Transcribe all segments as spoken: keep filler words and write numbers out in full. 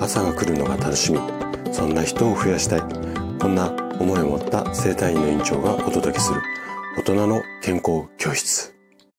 朝が来るのが楽しみ、そんな人を増やしたい、こんな思いを持った生体院の院長がお届けする大人の健康教室。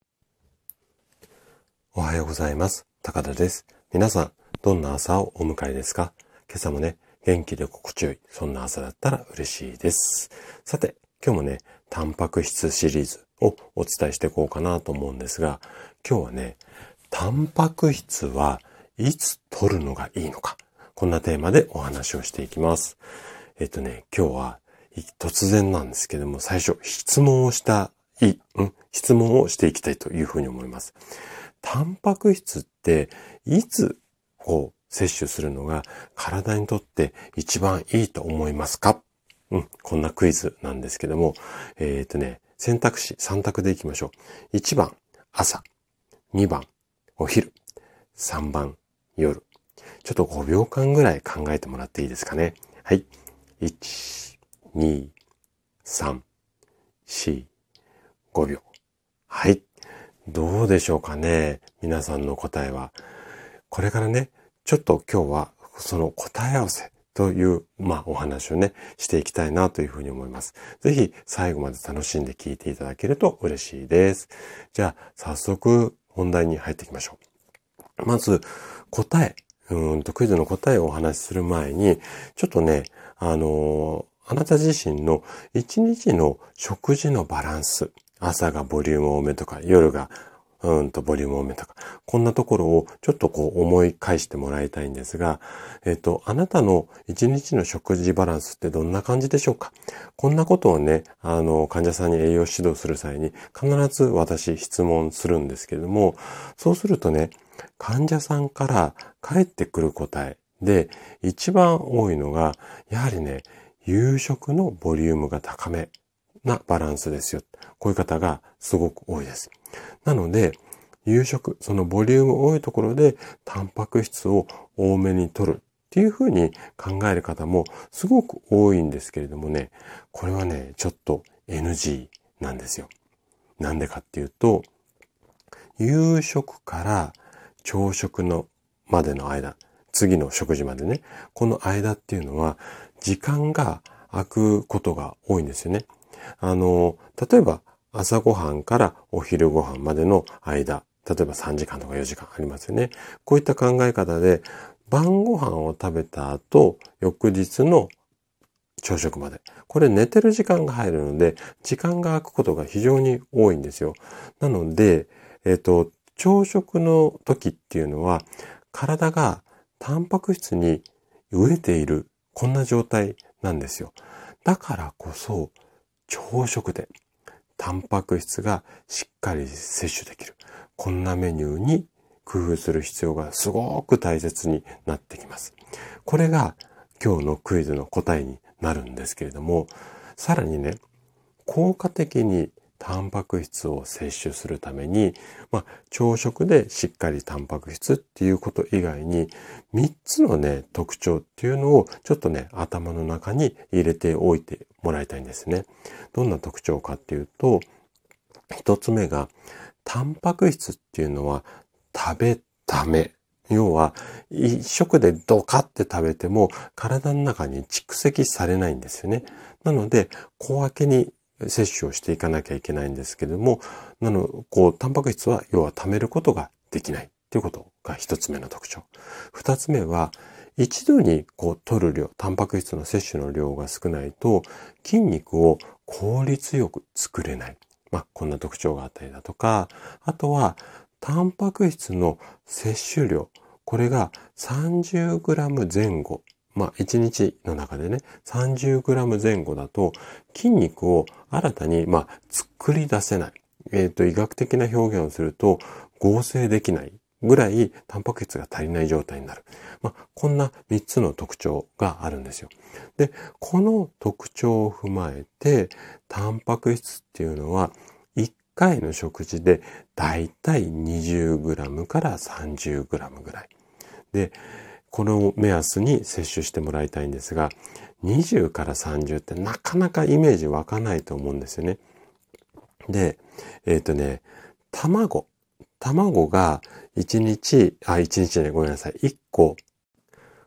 おはようございます。高田です。皆さんどんな朝をお迎えですか？今朝もね、元気で心地よい、そんな朝だったら嬉しいです。さて、今日もね、タンパク質シリーズをお伝えしていこうかなと思うんですが、今日はね、タンパク質はいつ摂るのがいいのか、こんなテーマでお話をしていきます。えっとね、今日は突然なんですけども、最初質問をしたい、うん、質問をしていきたいというふうに思います。タンパク質っていつこう摂取するのが体にとって一番いいと思いますか？うん、こんなクイズなんですけども、えっとね、選択肢さん択でいきましょう。いちばん朝、にばんお昼、さんばん夜。ちょっとごびょうかんぐらい考えてもらっていいですかね。はい。いち、に、さん、し、ごびょう。はい。どうでしょうかね。皆さんの答えは。これからね、ちょっと今日はその答え合わせという、まあお話をね、していきたいなというふうに思います。ぜひ最後まで楽しんで聞いていただけると嬉しいです。じゃあ早速本題に入っていきましょう。まず答え、うーんとクイズの答えをお話しする前に、ちょっとね、あのー、あなた自身の一日の食事のバランス、朝がボリューム多めとか、夜がうんとボリューム多めとか、こんなところをちょっとこう思い返してもらいたいんですが、えっと、あなたの一日の食事バランスってどんな感じでしょうか？こんなことをね、あの、患者さんに栄養指導する際に必ず私質問するんですけれども、そうするとね、患者さんから返ってくる答えで一番多いのが、やはりね、夕食のボリュームが高めなバランスですよ。こういう方がすごく多いです。なので、夕食、そのボリューム多いところでタンパク質を多めに摂るっていうふうに考える方もすごく多いんですけれどもね、これはね、ちょっと エヌジー なんですよ。なんでかっていうと、夕食から朝食のまでの間、次の食事までね、この間っていうのは時間が空くことが多いんですよね。あの、例えば朝ごはんからお昼ごはんまでの間、例えばさんじかんとかよじかんありますよね。こういった考え方で晩ご飯を食べた後、翌日の朝食まで。これ寝てる時間が入るので、時間が空くことが非常に多いんですよ。なので、えっと、朝食の時っていうのは、体がタンパク質に飢えている、こんな状態なんですよ。だからこそ、朝食でタンパク質がしっかり摂取できる。こんなメニューに工夫する必要がすごく大切になってきます。これが今日のクイズの答えになるんですけれども、さらにね、効果的にタンパク質を摂取するために、まあ、朝食でしっかりタンパク質っていうこと以外に、みっつのね、特徴っていうのをちょっとね、頭の中に入れておいてもらいたいんですね。どんな特徴かっていうと、一つ目が、タンパク質っていうのは食べため。要は、一食でドカって食べても体の中に蓄積されないんですよね。なので、小分けに摂取をしていかなきゃいけないんですけども、なの、こう、タンパク質は要は貯めることができないっていうことが一つ目の特徴。二つ目は、一度にこう取る量、タンパク質の摂取の量が少ないと、筋肉を効率よく作れない。まあ、こんな特徴があったりだとか、あとは、タンパク質の摂取量、これが さんじゅうグラム 前後。まあ、いちにちの中でね、さんじゅうグラム 前後だと、筋肉を新たに、まあ、作り出せない。えっと、医学的な表現をすると、合成できないぐらい、タンパク質が足りない状態になる。まあ、こんなみっつの特徴があるんですよ。で、この特徴を踏まえて、タンパク質っていうのは、いっかいの食事でだいたい にじゅうグラム から さんじゅうグラム ぐらい。で、この目安に摂取してもらいたいんですが、にじゅうからさんじゅうってなかなかイメージ湧かないと思うんですよね。で、えっとね、卵。卵がいちにち、あ、いちにちね、ごめんなさい。いっこ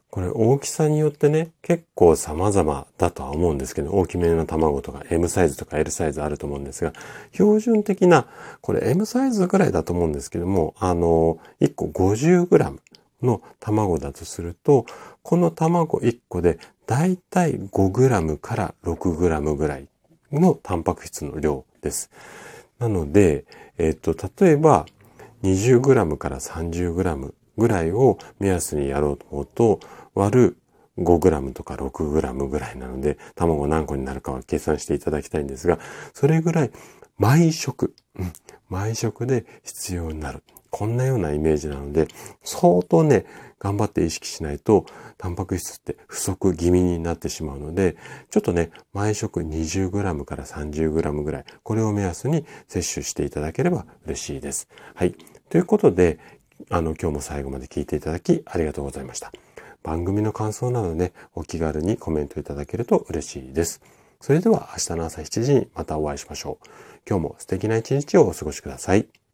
これ大きさによってね、結構様々だとは思うんですけど、大きめの卵とか エム サイズとか エル サイズあると思うんですが、標準的な、これ エム サイズぐらいだと思うんですけども、あの、いっこ ごじゅうグラム の卵だとすると、この卵いっこでだいたい ごグラム から ろくグラム ぐらいのタンパク質の量です。なので、えっと、例えば にじゅうグラム から さんじゅうグラム ぐらいを目安にやろうと思うと、割る ごグラム とか ろくグラム ぐらいなので、卵何個になるかは計算していただきたいんですが、それぐらい毎食、うん、毎食で必要になる。こんなようなイメージなので、相当ね、頑張って意識しないと、タンパク質って不足気味になってしまうので、ちょっとね、毎食 にじゅうグラム から さんじゅうグラム ぐらい、これを目安に摂取していただければ嬉しいです。はい。ということで、あの、今日も最後まで聞いていただきありがとうございました。番組の感想などね、お気軽にコメントいただけると嬉しいです。それでは明日の朝しちじにまたお会いしましょう。今日も素敵な一日をお過ごしください。